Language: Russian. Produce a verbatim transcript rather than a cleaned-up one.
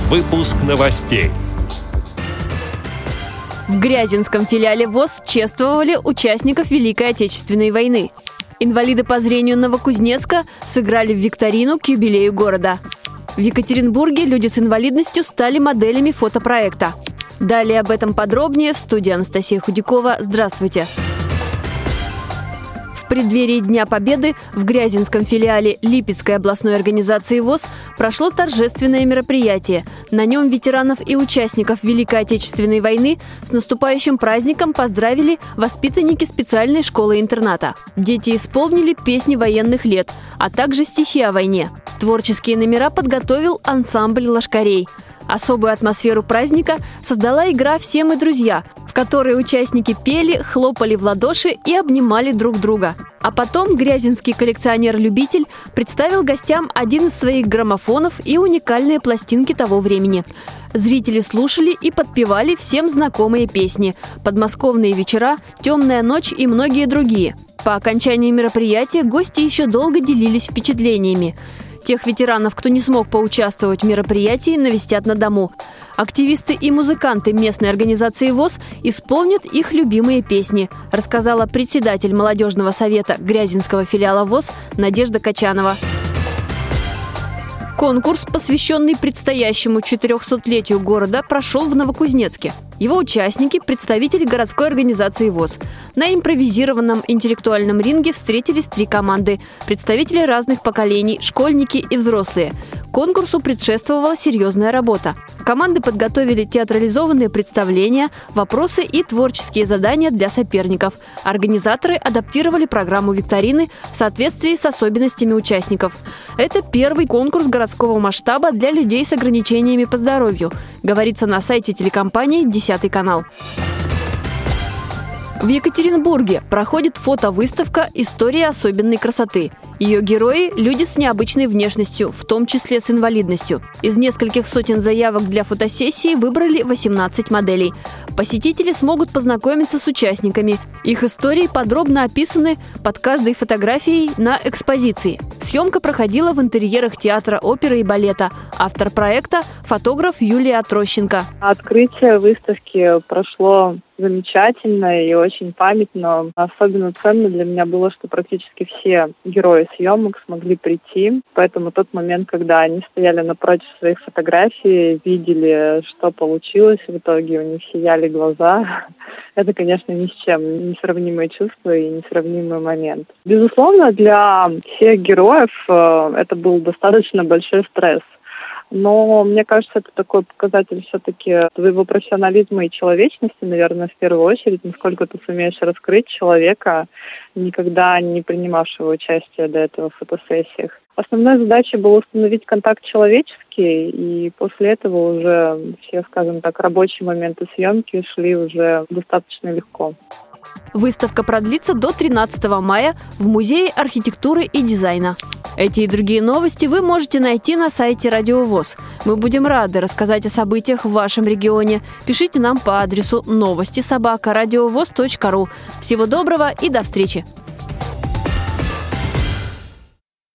Выпуск новостей. В Грязинском филиале ВОС чествовали участников Великой Отечественной войны. Инвалиды по зрению Новокузнецка сыграли в викторину к юбилею города. В Екатеринбурге люди с инвалидностью стали моделями фотопроекта. Далее об этом подробнее в студии Анастасия Худякова. Здравствуйте! В преддверии Дня Победы в Грязинском филиале Липецкой областной организации ВОС прошло торжественное мероприятие. На нем ветеранов и участников Великой Отечественной войны с наступающим праздником поздравили воспитанники специальной школы-интерната. Дети исполнили песни военных лет, а также стихи о войне. Творческие номера подготовил ансамбль лошкарей. Особую атмосферу праздника создала игра «Все мы друзья», в которой участники пели, хлопали в ладоши и обнимали друг друга. А потом грязинский коллекционер-любитель представил гостям один из своих граммофонов и уникальные пластинки того времени. Зрители слушали и подпевали всем знакомые песни «Подмосковные вечера», «Темная ночь» и многие другие. По окончании мероприятия гости еще долго делились впечатлениями. Тех ветеранов, кто не смог поучаствовать в мероприятии, навестят на дому. Активисты и музыканты местной организации ВОС исполнят их любимые песни, рассказала председатель молодежного совета Грязинского филиала ВОС Надежда Качанова. Конкурс, посвященный предстоящему четырехсотлетию города, прошел в Новокузнецке. Его участники – представители городской организации ВОС. На импровизированном интеллектуальном ринге встретились три команды – представители разных поколений, школьники и взрослые. Конкурсу предшествовала серьезная работа. Команды подготовили театрализованные представления, вопросы и творческие задания для соперников. Организаторы адаптировали программу викторины в соответствии с особенностями участников. Это первый конкурс городского масштаба для людей с ограничениями по здоровью, говорится на сайте телекомпании «Десятый канал». В Екатеринбурге проходит фотовыставка «История особенной красоты». Ее герои – люди с необычной внешностью, в том числе с инвалидностью. Из нескольких сотен заявок для фотосессии выбрали восемнадцать моделей. Посетители смогут познакомиться с участниками. Их истории подробно описаны под каждой фотографией на экспозиции. Съемка проходила в интерьерах театра оперы и балета. Автор проекта – фотограф Юлия Трощенко. Открытие выставки прошло замечательно и очень памятно. Особенно ценно для меня было, что практически все герои съемок смогли прийти. Поэтому тот момент, когда они стояли напротив своих фотографий, видели, что получилось в итоге, у них сияли глаза. Это, конечно, ни с чем несравнимое чувство и несравнимый момент. Безусловно, для всех героев это был достаточно большой стресс. Но мне кажется, это такой показатель все-таки твоего профессионализма и человечности, наверное, в первую очередь, насколько ты сумеешь раскрыть человека, никогда не принимавшего участия до этого в фотосессиях. Основной задачей было установить контакт человеческий, и после этого уже все, скажем так, рабочие моменты съемки шли уже достаточно легко. Выставка продлится до тринадцатого мая в Музее архитектуры и дизайна. Эти и другие новости вы можете найти на сайте Радио ВОС. Мы будем рады рассказать о событиях в вашем регионе. Пишите нам по адресу новости собака радиовос точка ру. Всего доброго и до встречи!